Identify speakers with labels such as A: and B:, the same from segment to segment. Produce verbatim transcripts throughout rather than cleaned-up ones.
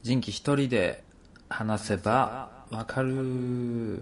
A: 人気一人で話せばわかる。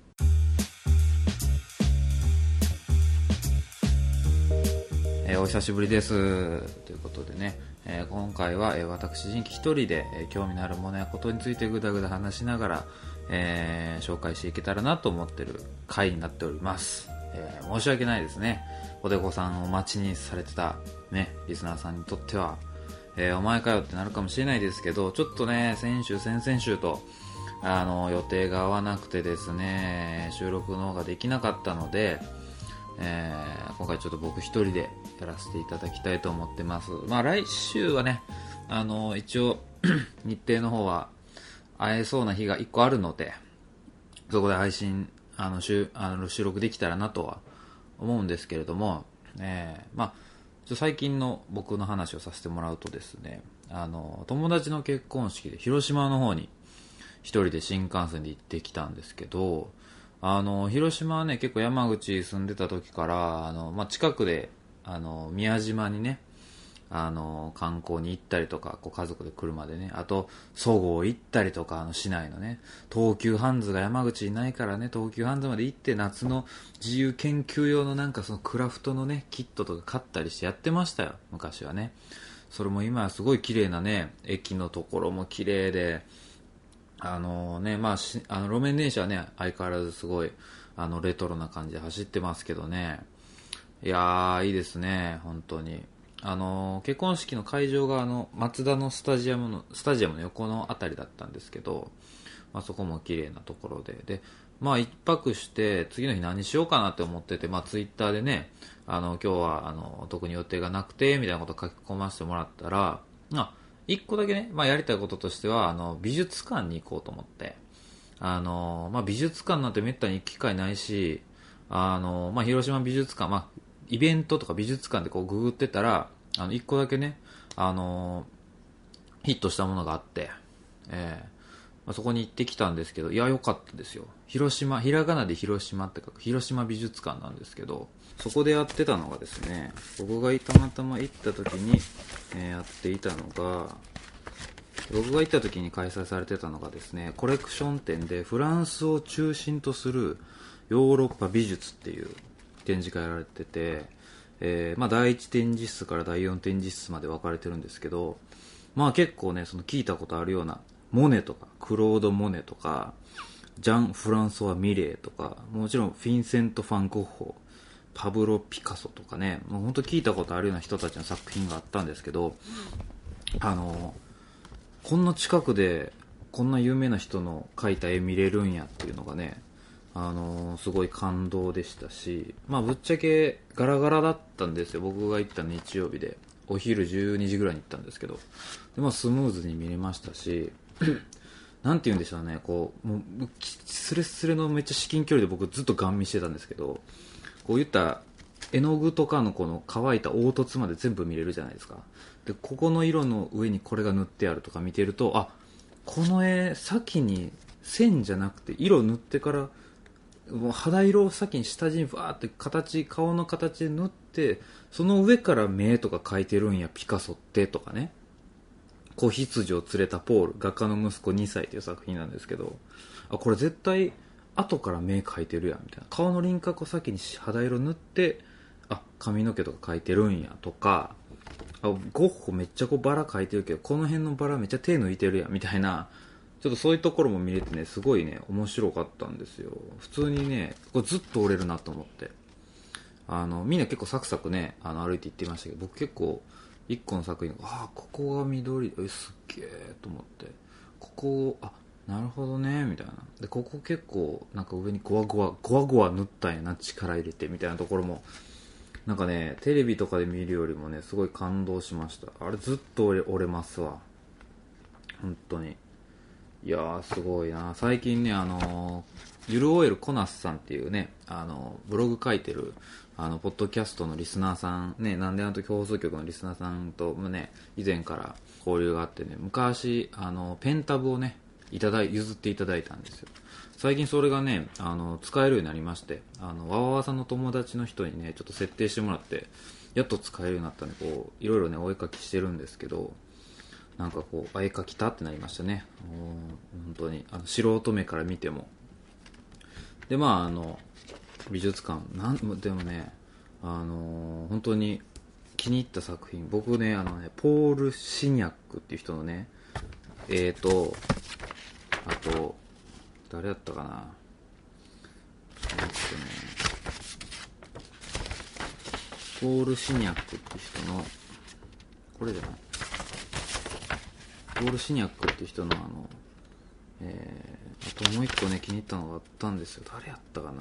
A: えー、お久しぶりですということでね、えー、今回は、えー、私人気一人で、えー、興味のあるものやことについてぐだぐだ話しながら、えー、紹介していけたらなと思ってる回になっております。えー、申し訳ないですね。おでこさんを待ちにされてたねリスナーさんにとっては、えー、お前かよってなるかもしれないですけど、ちょっとね先週先々週とあの予定が合わなくてですね、収録の方ができなかったので、えー、今回ちょっと僕一人でやらせていただきたいと思ってます。まあ来週はね、あの一応日程の方は会えそうな日がいっこあるので、そこで配信あの収あの収録できたらなとは思うんですけれども、えー、まあちょ最近の僕の話をさせてもらうとですね、あの友達の結婚式で広島の方に一人で新幹線で行ってきたんですけど、あの広島はね結構山口住んでた時からあの、まあ、近くであの宮島にねあの観光に行ったりとか、こう家族で車でね、あとそごう行ったりとか、あの市内のね東急ハンズが山口にないからね、東急ハンズまで行って夏の自由研究用のなんかそのクラフトのねキットとか買ったりしてやってましたよ昔はね。それも今はすごい綺麗なね、駅のところも綺麗で、あのねまあしあの路面電車はね相変わらずすごいあのレトロな感じで走ってますけどね、いやーいいですね本当に。あの結婚式の会場があの松田のスタジアムのスタジアムの横のあたりだったんですけど、まあ、そこも綺麗なところで、でまあ一泊して次の日何しようかなって思ってて、まあツイッターでね、あの今日はあの特に予定がなくてみたいなことを書き込ませてもらったら、あ一個だけね、まあ、やりたいこととしてはあの美術館に行こうと思って、あの、まあ、美術館なんてめったに行く機会ないし、あの、まあ、広島美術館、まあ、イベントとか美術館でこうググってたら、あの一個だけね、あのヒットしたものがあって、えーまあ、そこに行ってきたんですけど、いや良かったですよ。広島、ひらがなで広島って書く広島美術館なんですけど、そこでやってたのがですね、僕がたまたま行った時に、えーやっていたのが、僕が行った時に開催されてたのがですね、コレクション展でフランスを中心とするヨーロッパ美術っていう展示会やられてて、えーまあ、だいいち展示室からだいよん展示室まで分かれてるんですけど、まあ結構ねその聞いたことあるようなモネとかクロード・モネとかジャン・フランソワ・ミレーとか、もちろんフィンセント・ファン・ゴッホ、パブロ・ピカソとかね、もう本当聞いたことあるような人たちの作品があったんですけど、あのこんな近くでこんな有名な人の描いた絵見れるんやっていうのがね、あのー、すごい感動でしたし、まあぶっちゃけガラガラだったんですよ。僕が行った日曜日でお昼じゅうにじぐらいに行ったんですけど、で、まあ、スムーズに見れましたしなんて言うんでしょうね、こうもうスレスレのめっちゃ至近距離で僕ずっとガン見してたんですけど、こう言った絵の具とかのこの乾いた凹凸まで全部見れるじゃないですか。でここの色の上にこれが塗ってあるとか見てると、あ、この絵先に線じゃなくて色塗ってから、もう肌色を先に下地にバーって形、顔の形で塗って、その上から目とか描いてるんやピカソってとかね。子羊を連れたポール、画家の息子にさいという作品なんですけど、あ、これ絶対後から目描いてるやんみたいな、顔の輪郭を先に肌色塗って、あ、髪の毛とか描いてるんやとか、あ、ゴッホめっちゃこうバラ描いてるけどこの辺のバラめっちゃ手抜いてるやんみたいな、ちょっとそういうところも見れてね、すごいね面白かったんですよ。普通にねこれずっと折れるなと思って、あのみんな結構サクサクねあの歩いて行ってましたけど、僕結構いっこの作品、ああここが緑、えすっげえと思って、ここ、あ、なるほどねみたいな、でここ結構なんか上にゴワゴワゴワゴワ塗ったんやな、力入れてみたいなところもなんかねテレビとかで見るよりもねすごい感動しました。あれずっと折れ折れますわ本当に。いやーすごいな。最近ねあのー、ゆる オーエル コナスさんっていうね、あのー、ブログ書いてるあのポッドキャストのリスナーさんね、なんであの時放送局のリスナーさんともね以前から交流があってね、昔あのペンタブをねいただい譲っていただいたんですよ。最近それがねあの使えるようになりまして、あのわわわさんの友達の人にねちょっと設定してもらってやっと使えるようになったんで、こういろいろねお絵かきしてるんですけど、 なんかこう、あ、絵描きたってなりましたね。本当にあの素人目から見ても。でまああの美術館なんでもね、あのー本当に気に入った作品、僕ね、あのねポール・シニャックっていう人のね、えーとあと誰やったかな、えーとねポール・シニャックっていう人の、これじゃない、ポール・シニャックっていう人のあの、えー、あともう一個ね気に入ったのがあったんですよ。誰やったかな。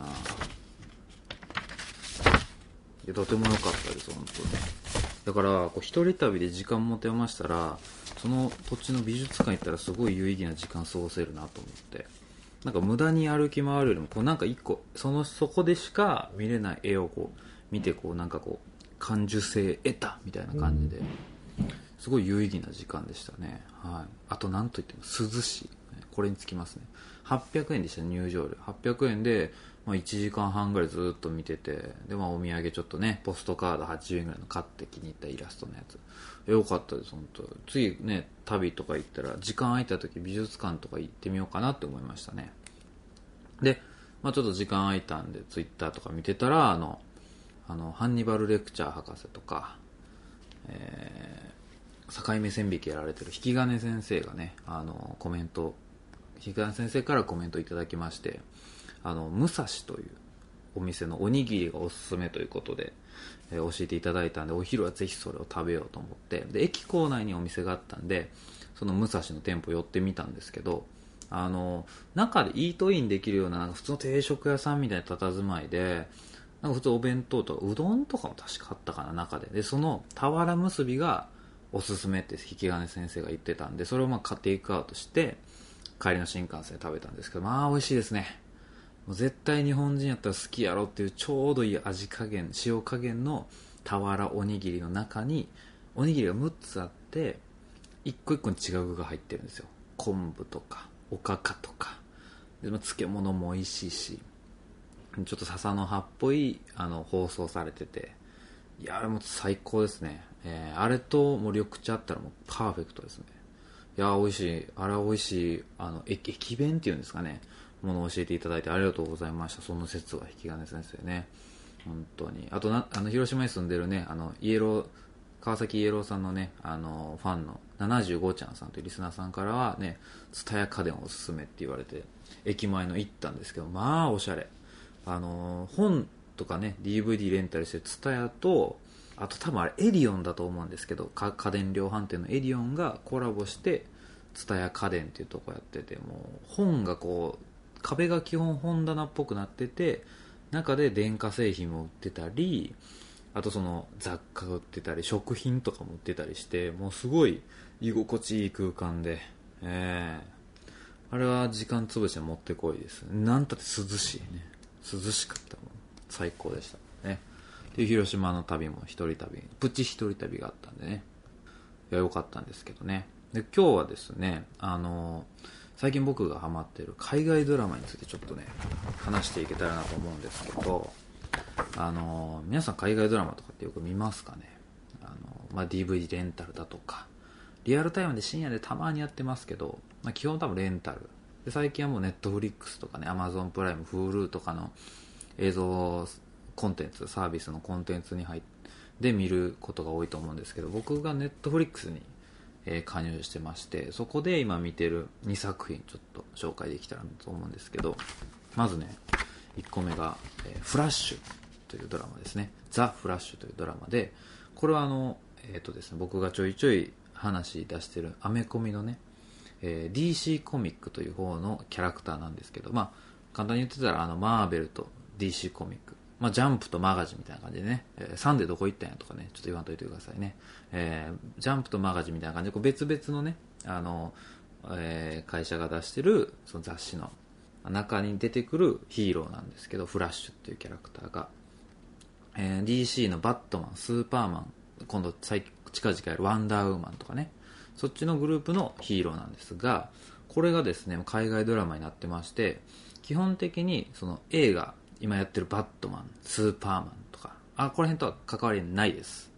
A: いやとても良かったです本当に。だからこう一人旅で時間持てましたら、その土地の美術館行ったらすごい有意義な時間過ごせるなと思って、なんか無駄に歩き回るよりもこうなんか一個そのそこでしか見れない絵をこう見て、こうなんかこう感受性得たみたいな感じですごい有意義な時間でしたね。はい。あとなんといっても涼しい、これにつきますね。はっぴゃくえんでした、入場料はっぴゃくえんで、まあ、いちじかんはんぐらいずっと見てて、で、まあ、お土産ちょっとねポストカードはちじゅうえんぐらいの買って気に入ったイラストのやつ、よかったです本当。次ね旅とか行ったら時間空いた時美術館とか行ってみようかなって思いましたね。で、まあ、ちょっと時間空いたんでツイッターとか見てたら、あのあのハンニバルレクチャー博士とか、えー、境目線引きやられてる引き金先生がね、あのコメント、引き金先生からコメントいただきまして、あの武蔵というお店のおにぎりがおすすめということで、えー、教えていただいたんで、お昼はぜひそれを食べようと思って、で駅構内にお店があったんで、その武蔵の店舗寄ってみたんですけど、あの中でイートインできるような、なんか普通の定食屋さんみたいな佇まいで、なんか普通お弁当とかうどんとかも確かあったかな中で、でその俵結びがおすすめって引き金先生が言ってたんで、それをまあ買ってテイクアウトして帰りの新幹線で食べたんですけど、まあ美味しいですね。もう絶対日本人やったら好きやろっていうちょうどいい味加減、塩加減の俵おにぎりの中におにぎりがむっつあって、一個一個に違う具が入ってるんですよ。昆布とかおかかとかで、まあ、漬物も美味しいし、ちょっと笹の葉っぽいあの包装されてて、いやあれも最高ですね。えー、あれともう緑茶あったらもうパーフェクトですね。いやー美味しい、あれは美味しい、あの駅駅弁っていうんですかね、ものを教えていただいてありがとうございました。その説は引き金先生ね、本当に。あとな、あの広島に住んでるね、あのイエロー川崎イエローさんのね、あのファンのななじゅうごちゃんさんというリスナーさんからはね、蔦屋家電おすすめって言われて駅前の行ったんですけど、まあおしゃれ、あの本とかね ディーブイディー レンタルして蔦屋と、あと多分あれエディオンだと思うんですけど、家電量販店のエディオンがコラボして蔦屋家電っていうとこやってて、もう本がこう壁が基本本棚っぽくなってて、中で電化製品も売ってたり、あとその雑貨が売ってたり食品とかも売ってたりして、もうすごい居心地いい空間で、えー、あれは時間潰して持ってこいです。なんたって涼しいね、涼しかった、もん最高でしたね。で広島の旅も一人旅、プチ一人旅があったんでね、いや良かったんですけどね。で今日はですね、あの最近僕がハマっている海外ドラマについてちょっとね話していけたらなと思うんですけど、あの皆さん海外ドラマとかってよく見ますかね。あの、まあ、ディーブイディー レンタルだとかリアルタイムで深夜でたまにやってますけど、まあ、基本多分レンタルで、最近はもうネットフリックスとかね、アマゾンプライム、Hulu とかの映像コンテンツ、サービスのコンテンツに入って見ることが多いと思うんですけど、僕がネットフリックスに、えー、加入してまして、そこで今見てるにさく品ちょっと紹介できたらと思うんですけど、まずねいっこめが、えー、フラッシュというドラマですね。ザ・フラッシュというドラマで、これはあの、えーとですね、僕がちょいちょい話出してるアメコミのね、えー、ディーシー コミックという方のキャラクターなんですけど、まあ簡単に言ってたらあのマーベルと ディーシー コミック、まあ、ジャンプとマガジンみたいな感じでね、えー、サンデーどこ行ったんやとかね、ちょっと言わんといてくださいね。えー、ジャンプとマガジンみたいな感じでこう別々のね、あの、えー、会社が出してるその雑誌の中に出てくるヒーローなんですけど、フラッシュっていうキャラクターが、えー、ディーシー のバットマン、スーパーマン、今度近々やるワンダーウーマンとかね、そっちのグループのヒーローなんですが、これがですね海外ドラマになってまして、基本的にその映画今やってるバットマン、スーパーマンとかあこら辺とは関わりないです。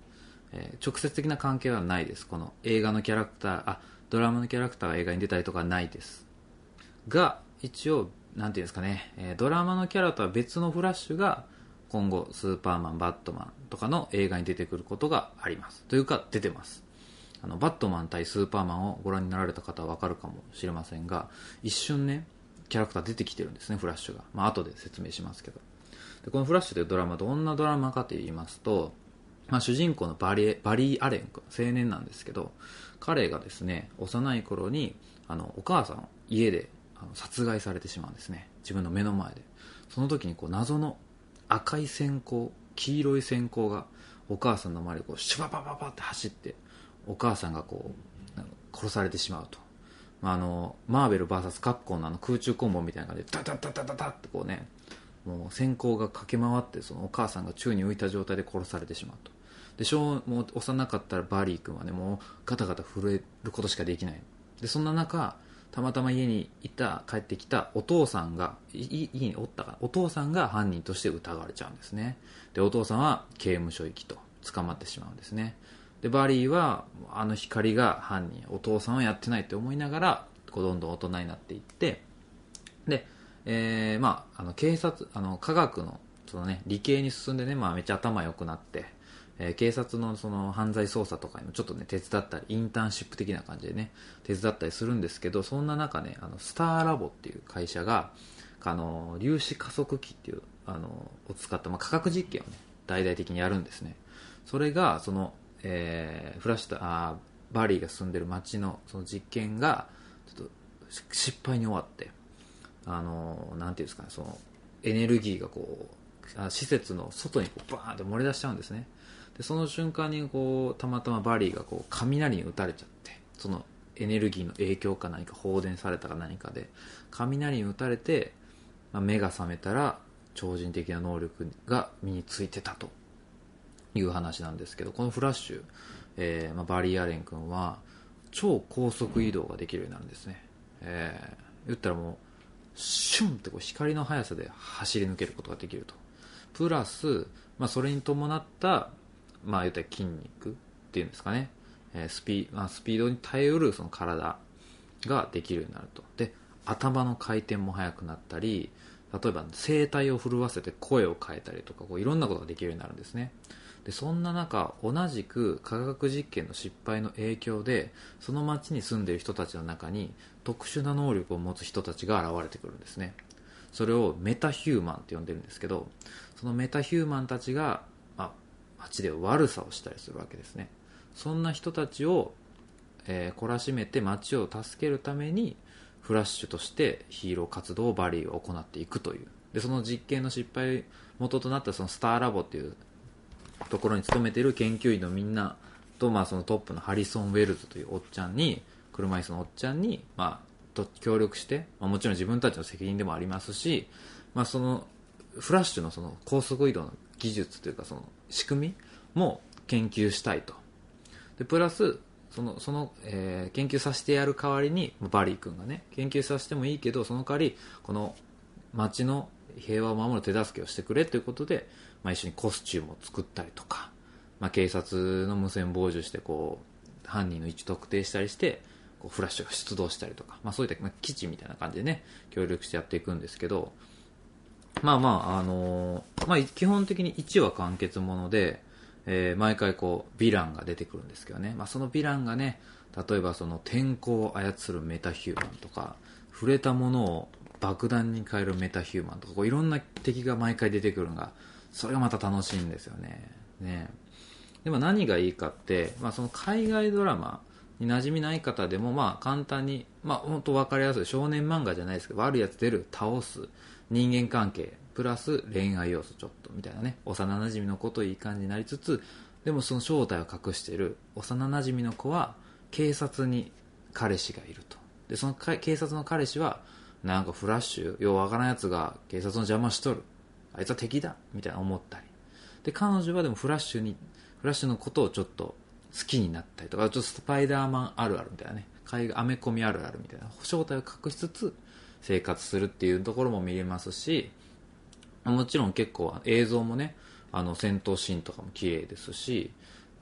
A: えー、直接的な関係はないです。この映画のキャラクターあドラマのキャラクターが映画に出たりとかはないですが、一応なんていうんですかね、えー、ドラマのキャラとは別のフラッシュが今後スーパーマン、バットマンとかの映画に出てくることがありますというか出てます。あのバットマン対スーパーマンをご覧になられた方は分かるかもしれませんが、一瞬ねキャラクター出てきてるんですね、フラッシュが。まあ後で説明しますけど、でこのフラッシュというドラマどんなドラマかと言いますと、まあ、主人公のバリー、バリー・アレン君青年なんですけど、彼がですね幼い頃にあのお母さんを家であの殺害されてしまうんですね、自分の目の前で。その時にこう謎の赤い閃光、黄色い閃光がお母さんの周りをこうシュババババって走ってお母さんがこう殺されてしまうと、まあ、あのマーベル ブイエス カプコンのあの空中コンボみたいな感じでダダダダダダってこうね、もう閃光が駆け回ってそのお母さんが宙に浮いた状態で殺されてしまうと。で小もう幼かったらバリー君はねもうガタガタ震えることしかできない。でそんな中たまたま家にいた帰ってきたお父さんがい家におったかな、お父さんが犯人として疑われちゃうんですね。でお父さんは刑務所行きと捕まってしまうんですね。でバリーはあの光が犯人、お父さんはやってないって思いながらこうどんどん大人になっていって、で、えーまあ、あの警察あの科学の、その、ね、理系に進んでね、まあ、めっちゃ頭良くなって、えー、警察の、その犯罪捜査とかにもちょっとね手伝ったり、インターンシップ的な感じでね手伝ったりするんですけど、そんな中ねあのスターラボっていう会社があの粒子加速器っていうあのを使った、まあ、科学実験をね大々的にやるんですね。それがその、えー、フラッシュとあバリーが住んでる街のその実験がちょっと失敗に終わって、あのなんていうんですかね、そのエネルギーがこう施設の外にこうバーンって漏れ出しちゃうんですね。でその瞬間にこうたまたまバリーがこう雷に打たれちゃって、そのエネルギーの影響か何か放電されたか何かで雷に打たれて、まあ、目が覚めたら超人的な能力が身についてたという話なんですけど、このフラッシュ、えーまあ、バリー・アレン君は超高速移動ができるようになるんですね。えー、言ったらもうシュンってこう光の速さで走り抜けることができると。プラス、まあ、それに伴った、まあ、言ったら筋肉っていうんですかね、えースピまあ、スピードに耐えうるその体ができるようになると。で頭の回転も速くなったり、例えば声帯を震わせて声を変えたりとか、こういろんなことができるようになるんですね。でそんな中、同じく科学実験の失敗の影響でその町に住んでいる人たちの中に特殊な能力を持つ人たちが現れてくるんですね。それをメタヒューマンって呼んでるんですけど、そのメタヒューマンたちが、まあ、街で悪さをしたりするわけですね。そんな人たちを、えー、懲らしめて街を助けるためにフラッシュとしてヒーロー活動をバリーは行っていくという。でその実験の失敗元となったそのスターラボっていうところに勤めている研究員のみんなと、まあ、そのトップのハリソン・ウェルズというおっちゃんに、車椅子のおっちゃんに、まあ、と協力して、まあ、もちろん自分たちの責任でもありますし、まあ、そのフラッシュのその高速移動の技術というかその仕組みも研究したいと。でプラスそのその、えー研究させてやる代わりにバリー君がね研究させてもいいけど、その代わりこの街の平和を守る手助けをしてくれということで、まあ、一緒にコスチュームを作ったりとか、まあ、警察の無線傍受してこう犯人の位置特定したりしてこうフラッシュが出動したりとか、まあ、そういった、まあ、基地みたいな感じでね協力してやっていくんですけど、まあまああのーまあ、基本的にいちわ完結もので、えー毎回こうヴィランが出てくるんですけどね、まあ、そのヴィランがね例えばその天候を操るメタヒューマンとか、触れたものを爆弾に変えるメタヒューマンとか、こういろんな敵が毎回出てくるのが、それがまた楽しいんですよね。ねでも何がいいかって、まあ、その海外ドラマに馴染みない方でもまあ簡単に、まあ本当分かりやすい少年漫画じゃないですけど、悪いやつ出る、倒す、人間関係プラス恋愛要素ちょっとみたいなね、幼馴染の子といい感じになりつつ、でもその正体を隠している幼馴染の子は警察に彼氏がいると。でその警察の彼氏はなんかフラッシュようわからんやつが警察の邪魔しとる、あいつは敵だみたいな思ったりで、彼女はでもフラッシュにフラッシュのことをちょっと好きになったりとか、ちょっとスパイダーマンあるあるみたいなね、海外アメコミあるあるみたいな正体を隠しつつ生活するっていうところも見れますし、もちろん結構映像もね、あの戦闘シーンとかも綺麗ですし、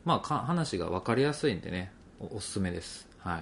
A: まあか話が分かりやすいんでね お, おすすめです。はい。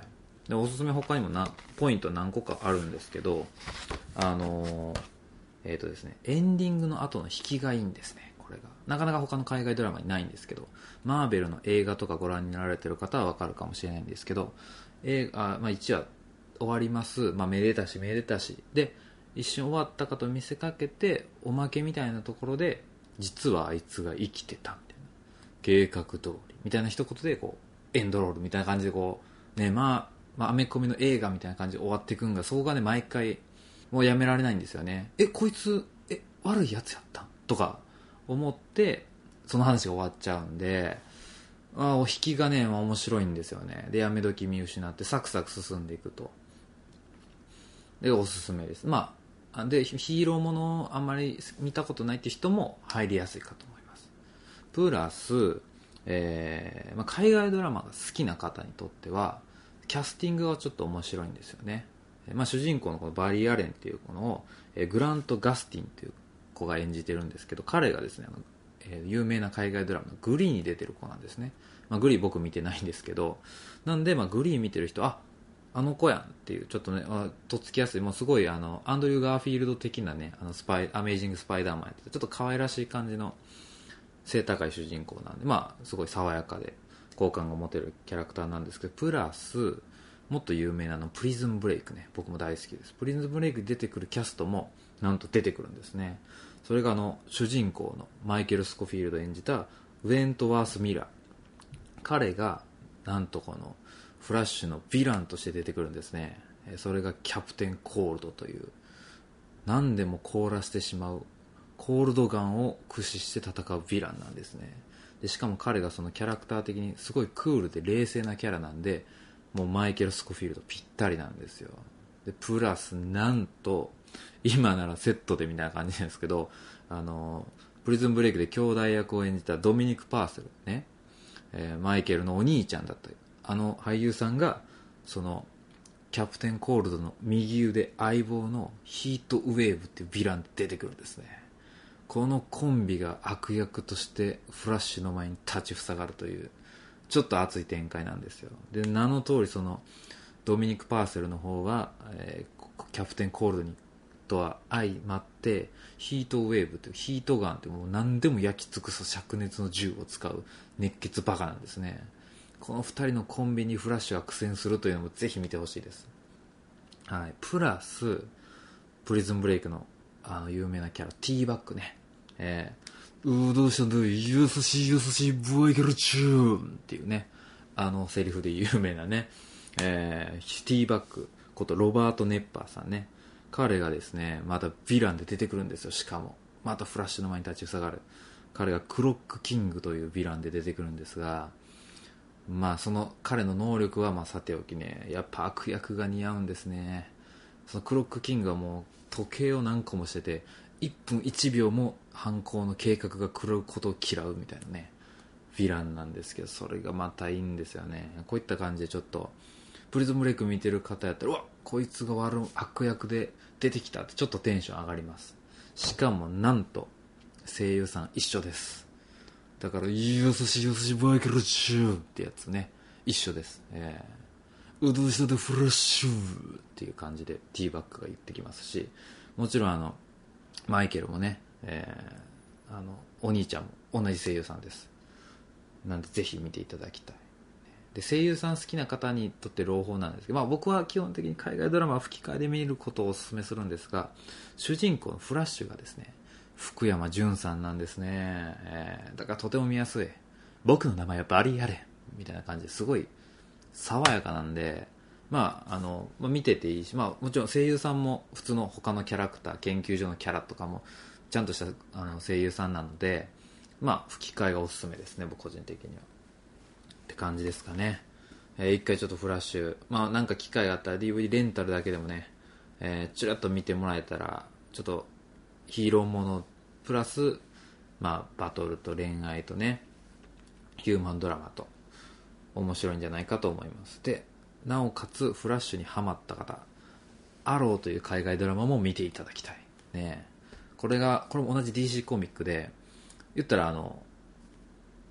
A: でおすすめ他にもなポイント何個かあるんですけど、あのー、えっ、ー、とですねエンディングの後の引きがいいんですね。これがなかなか他の海外ドラマにないんですけど、マーベルの映画とかご覧になられてる方は分かるかもしれないんですけど、映画、まあ、いちわ終わります、まあ、めでたしめでたしで一瞬終わったかと見せかけておまけみたいなところで実はあいつが生きてたみたいな、計画通りみたいな一言でこうエンドロールみたいな感じでこうね、まあ、まあアメコミの映画みたいな感じで終わっていくんが、そこがね毎回もうやめられないんですよね。えこいつえ悪いやつやったんとか思ってその話が終わっちゃうんで、あお引きがね、まあ、面白いんですよね。でやめ時見失ってサクサク進んでいくと、でおすすめです。まあでヒーローものをあんまり見たことないって人も入りやすいかと思います。プラス、えーまあ、海外ドラマが好きな方にとってはキャスティングがちょっと面白いんですよね。まあ、主人公のこのバリー・アレンっていう子の、えー、グラント・ガスティンっていう子が演じてるんですけど、彼がですね、あのえー、有名な海外ドラマのグリーに出てる子なんですね。まあ、グリー僕見てないんですけど、なんで、まあ、グリー見てる人、ああの子やんっていう、ちょっとね、あとっつきやすい、もうすごいあのアンドリュー・ガーフィールド的なね、あのスパイアメイジング・スパイダーマンやってて、ちょっと可愛らしい感じの背高い主人公なんで、まあすごい爽やかで好感が持てるキャラクターなんですけど、プラスもっと有名なのプリズンブレイクね、僕も大好きです。プリズンブレイクに出てくるキャストもなんと出てくるんですね。それがあの主人公のマイケル・スコフィールド演じたウェントワース・ミラー、彼がなんとこのフラッシュのヴィランとして出てくるんですね。それがキャプテンコールドという、何でも凍らせてしまうコールドガンを駆使して戦うヴィランなんですね。でしかも彼がそのキャラクター的にすごいクールで冷静なキャラなんで、もうマイケル・スコフィールドぴったりなんですよ。でプラスなんと今ならセットでみたいな感じなんですけど、あのプリズンブレイクで兄弟役を演じたドミニク・パーセルね、えー、マイケルのお兄ちゃんだったあの俳優さんがそのキャプテンコールドの右腕相棒のヒートウェーブっていうヴィランで出てくるんですね。このコンビが悪役としてフラッシュの前に立ちふさがるというちょっと熱い展開なんですよ。で名の通りそのドミニク・パーセルの方は、えー、キャプテンコールドにとは相まってヒートウェーブというヒートガンってもう何でも焼き尽くす灼熱の銃を使う熱血バカなんですね。このふたりのコンビにフラッシュが苦戦するというのもぜひ見てほしいです。はい、プラスプリズンブレイクのあの有名なキャラティーバッグね、えー、うーどうしたんだ優しい優しいブワイケルチューンっていうね、あのセリフで有名なね、えー、ティーバッグことロバート・ネッパーさんね、彼がですねまたヴィランで出てくるんですよ。しかもまたフラッシュの前に立ちふさがる。彼がクロックキングというヴィランで出てくるんですが、まあその彼の能力はまあさておきね、やっぱ悪役が似合うんですね。そのクロックキングはもう時計を何個もしてていっぷんいちびょうも犯行の計画が狂うことを嫌うみたいなねヴィランなんですけど、それがまたいいんですよね。こういった感じでちょっとプリズンブレイク見てる方やったら、うわこいつが悪悪役で出てきたってちょっとテンション上がります。しかもなんと声優さん一緒です。だから優しい優しいバイケルチューってやつね一緒です。えー、うどうしたでフラッシュっていう感じでティーバックが言ってきますし、もちろんあのマイケルもね、えー、あのお兄ちゃんも同じ声優さんです。なんでぜひ見ていただきたい。で声優さん好きな方にとって朗報なんですけど、まあ、僕は基本的に海外ドラマは吹き替えで見ることをお勧めするんですが、主人公のフラッシュがですね福山潤さんなんですね、えー、だからとても見やすい。僕の名前はバリー・アレンみたいな感じですごい爽やかなんで、まああのまあ、見てていいし、まあ、もちろん声優さんも普通の他のキャラクター研究所のキャラとかもちゃんとしたあの声優さんなので、まあ、吹き替えがおすすめですね僕個人的にはって感じですかね。えー、一回ちょっとフラッシュ、まあなんか機会があったら ディーブイディー レンタルだけでもね、えー、ちらっと見てもらえたらちょっとヒーローものプラス、まあ、バトルと恋愛とねヒューマンドラマと面白いんじゃないかと思います。でなおかつフラッシュにハマった方、アローという海外ドラマも見ていただきたいね。これがこれも同じ ディーシー コミックで言ったらあの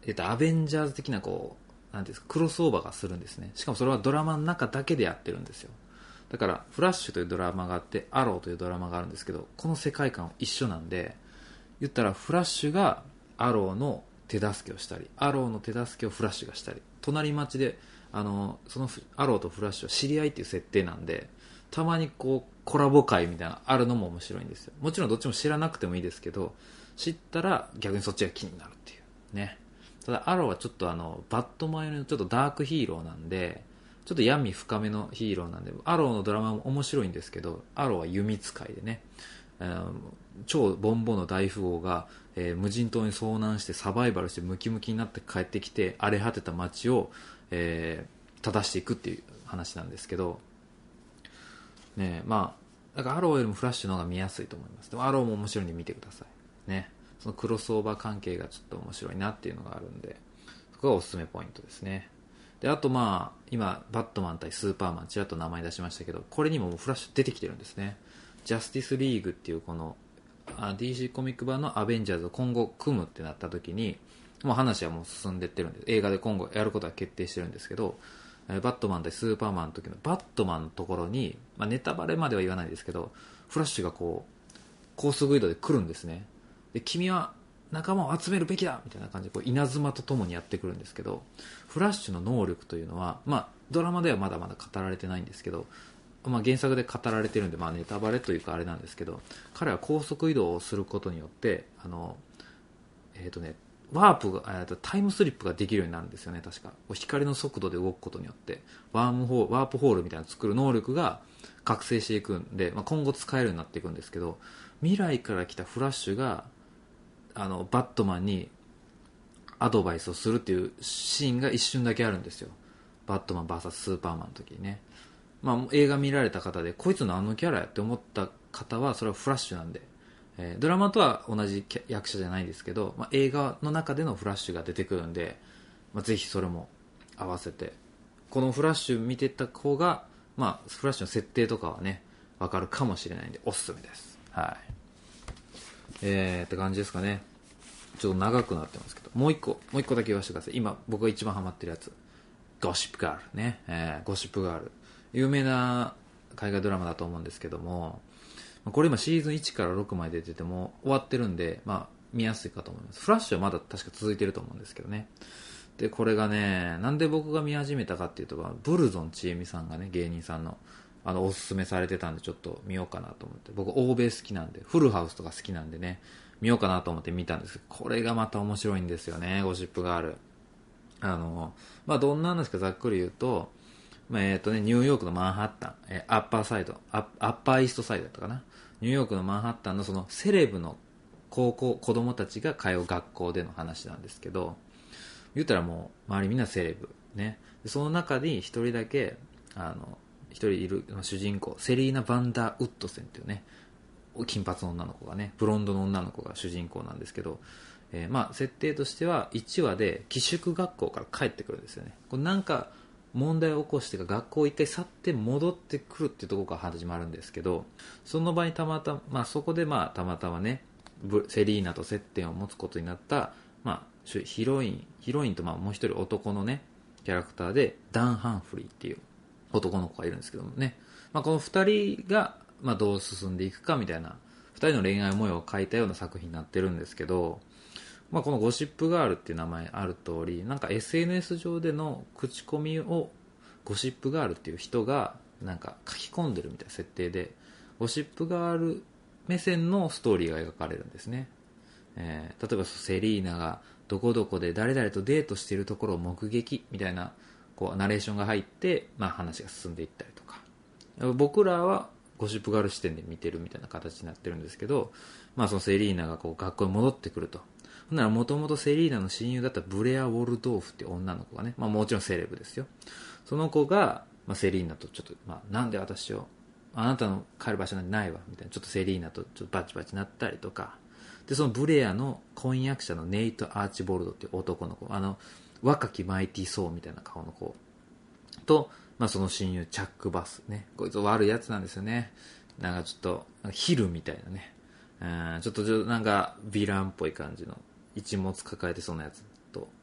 A: えっと、アベンジャーズ的なこう、なんていうんですか、クロスオーバーがするんですね。しかもそれはドラマの中だけでやってるんですよ。だから、フラッシュというドラマがあって、アローというドラマがあるんですけど、この世界観一緒なんで、言ったらフラッシュがアローの手助けをしたり、アローの手助けをフラッシュがしたり、隣町で、あの、そのアローとフラッシュは知り合いっていう設定なんで、たまにこう、コラボ会みたいなのあるのも面白いんですよ。もちろんどっちも知らなくてもいいですけど、知ったら逆にそっちが気になるっていうね。ただアローはちょっとあのバットマンよりのちょっとダークヒーローなんで、ちょっと闇深めのヒーローなんで、アローのドラマも面白いんですけど、アローは弓使いでね、えー超ボンボンの大富豪が、えー無人島に遭難してサバイバルしてムキムキになって帰ってきて、荒れ果てた街を、えー正していくっていう話なんですけどね。えまあだからアローよりもフラッシュの方が見やすいと思います。でもアローも面白いんで見てくださいね。そのクロスオーバー関係がちょっと面白いなっていうのがあるんで、そこがおすすめポイントですね。であとまあ今バットマン対スーパーマンちらっと名前出しましたけど、これにももうフラッシュ出てきてるんですね。ジャスティスリーグっていうこのあ ディーシー コミック版のアベンジャーズを今後組むってなった時に、もう話はもう進んでってるんで、映画で今後やることは決定してるんですけど、えーバットマン対スーパーマンの時のバットマンのところに、まあ、ネタバレまでは言わないですけど、フラッシュがこう高速移動で来るんですね。で君は仲間を集めるべきだみたいな感じでこう稲妻とともにやってくるんですけど、フラッシュの能力というのは、まあ、ドラマではまだまだ語られてないんですけど、まあ、原作で語られてるんで、まあ、ネタバレというかあれなんですけど、彼は高速移動をすることによってあの、えーとね、ワープが、えーとタイムスリップができるようになるんですよね。確か光の速度で動くことによってワームホーワープホールみたいなのを作る能力が覚醒していくんで、まあ、今後使えるようになっていくんですけど、未来から来たフラッシュがあのバットマンにアドバイスをするっていうシーンが一瞬だけあるんですよ。バットマン ブイエス ススーパーマンの時にね。まあ、映画見られた方でこいつ何のキャラやって思った方はそれはフラッシュなんで、えー、ドラマとは同じ役者じゃないですけど、まあ、映画の中でのフラッシュが出てくるんで、まあ、ぜひそれも合わせてこのフラッシュ見てた方が、まあ、フラッシュの設定とかはね分かるかもしれないんでおすすめです。はい、えー、って感じですかね。ちょっと長くなってますけど、もう一個もう一個だけ言わせてください。今僕が一番ハマってるやつ、ゴシップガールね、えー、ゴシップガール有名な海外ドラマだと思うんですけども、これ今シーズンいちからろくまで出てても終わってるんで、まあ、見やすいかと思います。フラッシュはまだ確か続いてると思うんですけどね。でこれがね、なんで僕が見始めたかっていうと、ブルゾンちえみさんがね、芸人さんのあのおすすめされてたんでちょっと見ようかなと思って、僕欧米好きなんでフルハウスとか好きなんでね、見ようかなと思って見たんですけど、これがまた面白いんですよね。ゴシップガール、あの、まあ、どんな話かざっくり言うと、まあえーとね、ニューヨークのマンハッタン、えーアッパーサイドアッ、アッパーイーストサイドだったかな、ニューヨークのマンハッタンのそのセレブの高校子供たちが通う学校での話なんですけど、言ったらもう周りみんなセレブね。でその中に一人だけあの一人いる主人公、セリーナ・バンダーウッドセンっていうね、金髪の女の子がね、ブロンドの女の子が主人公なんですけど、えーまあ設定としてはいちわで寄宿学校から帰ってくるんですよね。これなんか問題を起こしてか学校を一回去って戻ってくるっていうところから始まるんですけど、その場にたまたま、まあ、そこでまあたまたまねセリーナと接点を持つことになった、まあ、ヒロインヒロインとまあもう一人男のねキャラクターでダン・ハンフリーっていう男の子がいるんですけどもね、まあ、このふたりがまあどう進んでいくかみたいなふたりの恋愛模様を描いたような作品になってるんですけど、まあ、このゴシップガールっていう名前ある通り、なんか エスエヌエス 上での口コミをゴシップガールっていう人がなんか書き込んでるみたいな設定で、ゴシップガール目線のストーリーが描かれるんですね。えー、例えばセリーナがどこどこで誰々とデートしているところを目撃みたいなこうナレーションが入って、まあ、話が進んでいったりとか、僕らはゴシップガール視点で見てるみたいな形になってるんですけど、まあ、そのセリーナがこう学校に戻ってくると。ほんならもともとセリーナの親友だったブレア・ウォルドーフっていう女の子がね、まあ、もちろんセレブですよ。その子が、まあ、セリーナとちょっと、まあ、なんで私をあなたの帰る場所なんてないわみたいな、ちょっとセリーナとちょっとバチバチなったりとかで、そのブレアの婚約者のネイト・アーチボルドっていう男の子、あの若きマイティー・ソーみたいな顔の子と、まあ、その親友チャック・バスね、こいつ悪いやつなんですよね。なんかちょっとヒルみたいなね、うん、ちょっとなんかヴィランっぽい感じの一物抱えてそうなやつと、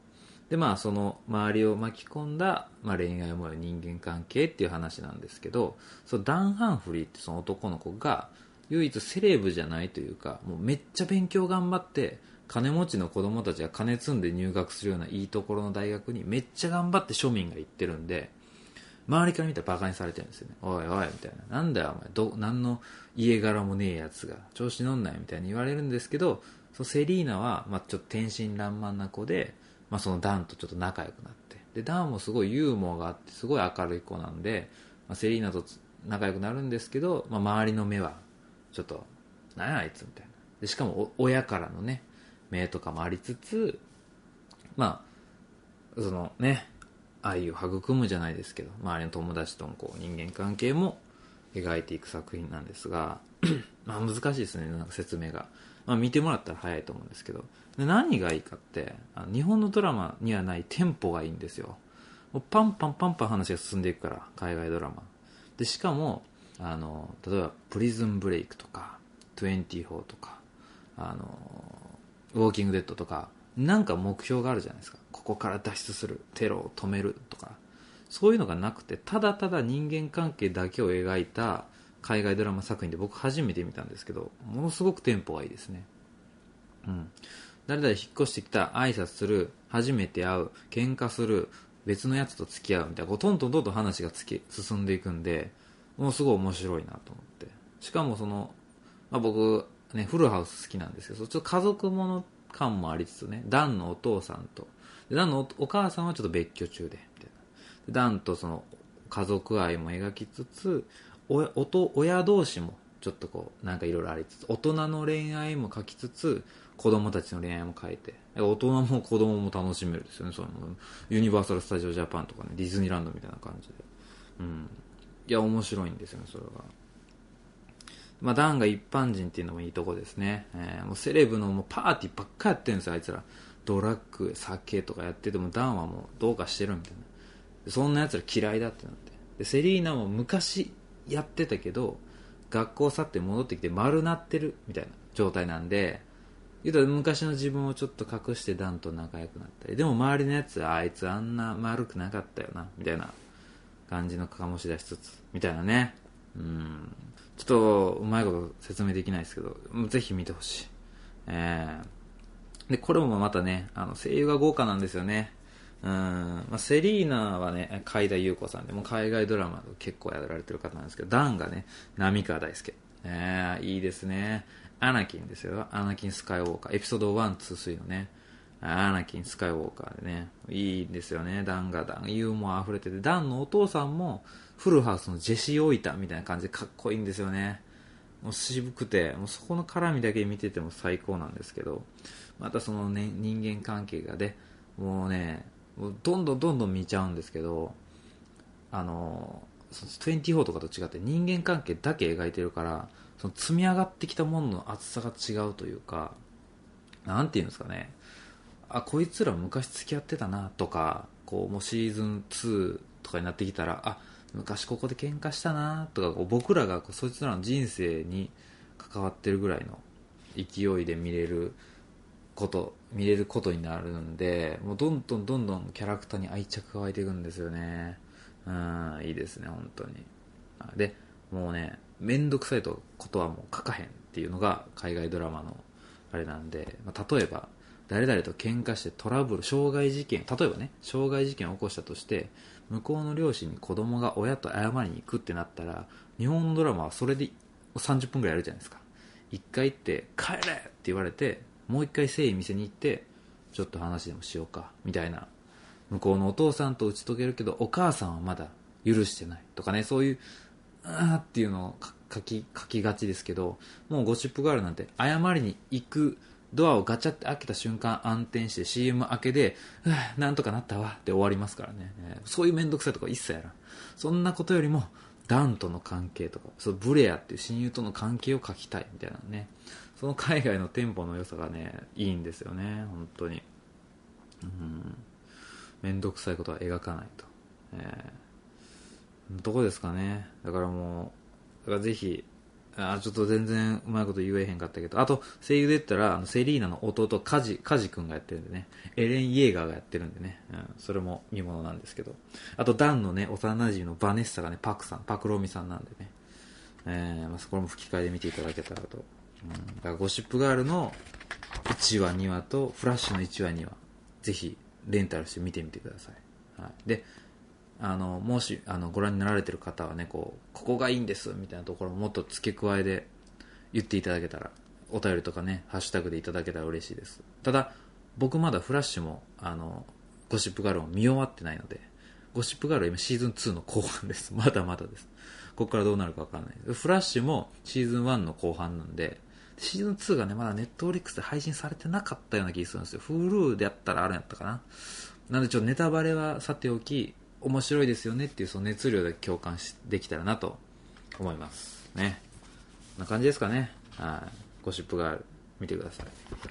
A: でまあその周りを巻き込んだ、まあ、恋愛模様、人間関係っていう話なんですけど、そのダン・ハンフリーってその男の子が唯一セレブじゃないというか、もうめっちゃ勉強頑張って金持ちの子供たちが金積んで入学するようないいところの大学にめっちゃ頑張って庶民が行ってるんで、周りから見たらバカにされてるんですよね。おいおいみたいな、なんだよお前、ど何の家柄もねえやつが調子乗んないみたいに言われるんですけど、そのセリーナは、まあ、ちょっと天真爛漫な子で、まあ、そのダンとちょっと仲良くなって、でダンもすごいユーモアがあってすごい明るい子なんで、まあ、セリーナと仲良くなるんですけど、まあ、周りの目はちょっと何やあいつみたいなで、しかも親からのね目とかもありつつ、まあそのね愛を育むじゃないですけど、周りの友達とのこう人間関係も描いていく作品なんですがまあ難しいですね、なんか説明が、まあ、見てもらったら早いと思うんですけど、で何がいいかって、あの日本のドラマにはないテンポがいいんですよ。もうパンパンパンパン話が進んでいくから、海外ドラマで。しかもあの例えばプリズンブレイクとかにじゅうよんとか、あのウォーキングデッドとか、なんか目標があるじゃないですか。ここから脱出する、テロを止めるとか、そういうのがなくて、ただただ人間関係だけを描いた海外ドラマ作品で、僕初めて見たんですけど、ものすごくテンポがいいですね。うん、誰々引っ越してきた、挨拶する、初めて会う、喧嘩する、別のやつと付き合うみたいな、こうトントントントン話がつき進んでいくんで、もうすごい面白いなと思って。しかもその、まあ、僕ねフルハウス好きなんですけど、ちょっと家族もの感もありつつね、ダンのお父さんと、でダンの お, お母さんはちょっと別居中でみたいな、でダンとその家族愛も描きつつ、おおと親同士もちょっとこうなんかいろいろありつつ、大人の恋愛も描きつつ、子供たちの恋愛も描いて、大人も子供も楽しめるですよね。そのユニバーサル・スタジオ・ジャパンとかね、ディズニーランドみたいな感じで、うん、いや面白いんですよね、それが。まあ、ダンが一般人っていうのもいいとこですね。えー、もうセレブのもうパーティーばっかやってるんですよ、あいつら。ドラッグ、酒とかやってても、ダンはもうどうかしてるみたいな。そんなやつら嫌いだってなって。で、セリーナも昔やってたけど、学校去って戻ってきて丸なってるみたいな状態なんで、言うと昔の自分をちょっと隠してダンと仲良くなったり、でも周りのやつはあいつあんな丸くなかったよな、みたいな感じの醸し出しつつ、みたいなね。うん。ちょっとうまいこと説明できないですけど、ぜひ見てほしい。えー、でこれもまたね、あの声優が豪華なんですよね。うん、まあ、セリーナはね海田裕子さんで、もう海外ドラマで結構やられてる方なんですけど、ダンがね浪川大輔、えー、いいですね。アナキンですよ、アナキンスカイウォーカー、エピソードワン、ツー、スリーのね、アナキンスカイウォーカーでね、いいんですよね。ダンがダンユーモア溢れてて、ダンのお父さんもフルハウスのジェシー・オイタみたいな感じでかっこいいんですよね。もう渋くて、もうそこの絡みだけ見てても最高なんですけど、またそのね人間関係がね、もうねもうどんどんどんどん見ちゃうんですけど、あのにじゅうよんとかと違って人間関係だけ描いてるから、その積み上がってきたものの厚さが違うというか、なんていうんですかね、あこいつら昔付き合ってたなとか、こうもうシーズンツーとかになってきたら、あ昔ここで喧嘩したなとか、こう僕らがこうそいつらの人生に関わってるぐらいの勢いで見れること見れることになるんで、もうどんどんどんどんキャラクターに愛着が湧いていくんですよね。うん、いいですね本当に。でもうね、めんどくさいことはもう書かへんっていうのが海外ドラマのあれなんで、まあ、例えば誰々と喧嘩してトラブル、傷害事件、例えばね傷害事件を起こしたとして、向こうの両親に子供が親と謝りに行くってなったら、日本のドラマはそれでさんじゅっぷんぐらいやるじゃないですか。一回行って帰れって言われて、もう一回誠意見せに行ってちょっと話でもしようかみたいな、向こうのお父さんと打ち解けるけどお母さんはまだ許してないとかね、そういうあーっていうのを書き書きがちですけど、もうゴシップガールなんて謝りに行くドアをガチャって開けた瞬間暗転して シーエム 明けでなんとかなったわって終わりますからね、えー、そういう面倒くさいとか一切やらん。そんなことよりもダンとの関係とか、そのブレアっていう親友との関係を書きたいみたいなね、その海外のテンポの良さがねいいんですよね本当に。うん、面倒くさいことは描かないと、えー、どこですかね。だからもうだからぜひあちょっと全然うまいこと言えへんかったけど、あと声優で言ったらあのセリーナの弟カジカジ君がやってるんでね、エレン・イェーガーがやってるんでね、うん、それも見ものなんですけど、あとダンのね幼馴染のバネッサがねパクさんパクロミさんなんでね、えーまあ、これも吹き替えで見ていただけたらと、うん、だからゴシップガールのいちわにわとフラッシュのいちわにわぜひレンタルして見てみてください、はい、であのもしあのご覧になられてる方はねこうここがいいんですみたいなところももっと付け加えで言っていただけたら、お便りとかねハッシュタグでいただけたら嬉しいです。ただ僕まだフラッシュもあのゴシップガールも見終わってないので、ゴシップガールは今シーズンツーの後半です。まだまだです。ここからどうなるか分からないです。フラッシュもシーズンワンの後半なんで、シーズンツーがねまだネットフリックスで配信されてなかったような気がするんですよ。Hulu でやったらあるんやったかな。なのでちょっとネタバレはさておき、面白いですよねっていうその熱量で共感しできたらなと思いますね。こんな感じですかね。はい、ゴシップガール見てください。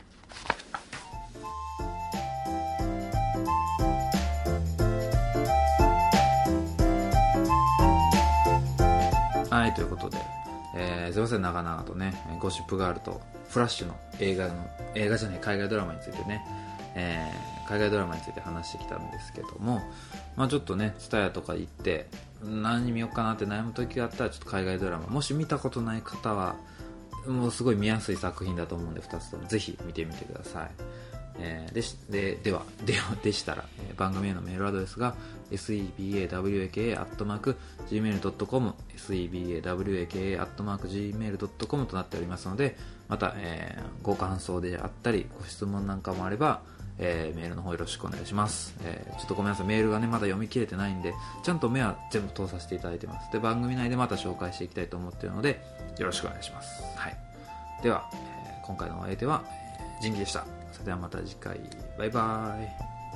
A: はい、ということで、えー、すいません長々とねゴシップガールとフラッシュの映画の映画じゃない海外ドラマについてね、えー、海外ドラマについて話してきたんですけども、まあ、ちょっとね ツタヤ とか行って何見ようかなって悩む時があったらちょっと海外ドラマもし見たことない方はもうすごい見やすい作品だと思うんでふたつともぜひ見てみてください。えー、で, し で, ではではでしたら、えー、番組へのメールアドレスが セバワカ アットマーク ジーメールドットコム セバワカ アットマーク ジーメールドットコム となっておりますので、また、えー、ご感想であったりご質問なんかもあれば、えー、メールの方よろしくお願いします、えー、ちょっとごめんなさいメールがねまだ読み切れてないんでちゃんと目は全部通させていただいてます。で番組内でまた紹介していきたいと思っているのでよろしくお願いします、はい、では、えー、今回のお相手は、えー、ジンキでした。それではまた次回バイバーイ。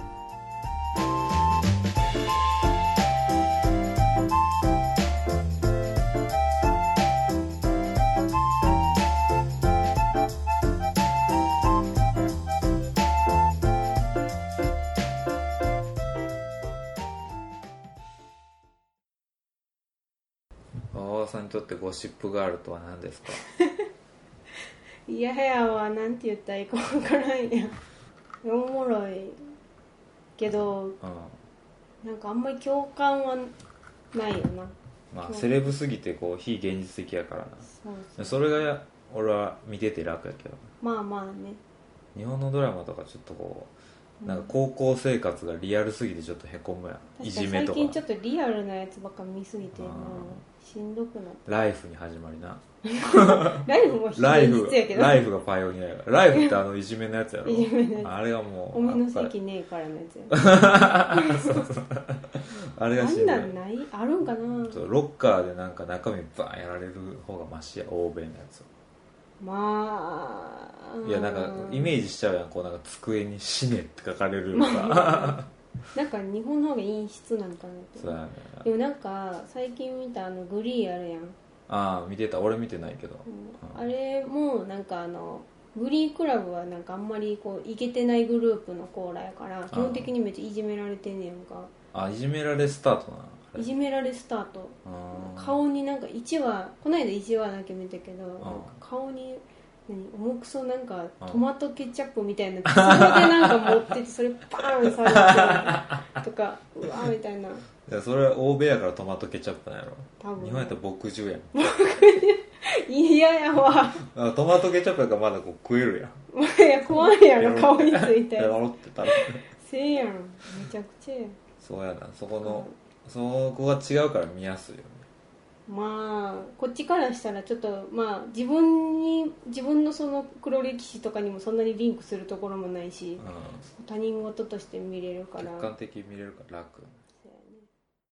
A: 馬場さんにとってゴシップガールとは何ですか？
B: いややはなんて言ったらいいか分からんやん。おもろいけど、うん、なんかあんまり共感はないよな。
A: まあセレブすぎてこう非現実的やからな。そうそう、それが俺は見てて楽やけど。
B: まあまあね。
A: 日本のドラマとかちょっとこうなんか高校生活がリアルすぎてちょっとへこむやん。いじめとか
B: 最近ちょっとリアルなやつばっか見すぎてもうしんどくなって。
A: ライフに始まりな。
B: ライフも非現実やけど。
A: ライフがパイオニアやから。ライフってあのいじめのやつやろ。いじめのやつ。あれがもう。
B: お身の席ねえからのやつや。
A: そうそう。あれがしんどい。
B: あんなんないあるんかな。
A: ロッカーでなんか中身バーンやられる方がマシや。欧米のやつ。
B: まあ。
A: いやなんかイメージしちゃうやん。こうなんか机に死ねって書かれる
B: か。まあなんか日本の方が陰湿なんかなって。
A: そうやね。
B: でもなんか最近見たあのグリーあるやん。
A: ああ見てた。俺見てないけど、
B: うん、あれもなんかあのグリークラブはなんかあんまりこうイケてないグループのコーラやから基本的にめっちゃいじめられてんねやんか。
A: あいじめられスタートな。
B: いじめられスタート。顔になんかいちわこの間いちわだけ見たけどなんか顔に何重くそなんかトマトケチャップみたいなそこでなんか持っててそれパーンされてとかうわーみたいな。
A: いやそれは欧米やからトマトケチャップなんやろ。
B: 多分
A: 日本やったら牧汁やん。
B: 嫌やわ。
A: トマトケチャップやからまだこう食えるやん。
B: いや怖いやろ顔について。
A: ペロってたら
B: せえやんめちゃくちゃや。
A: そうやなそこの、うん、そこが違うから見やすいよね。
B: まあこっちからしたらちょっとまあ自分に自分のその黒歴史とかにもそんなにリンクするところもないし、うん、他人事として見れるから
A: 客観的に見れるから楽。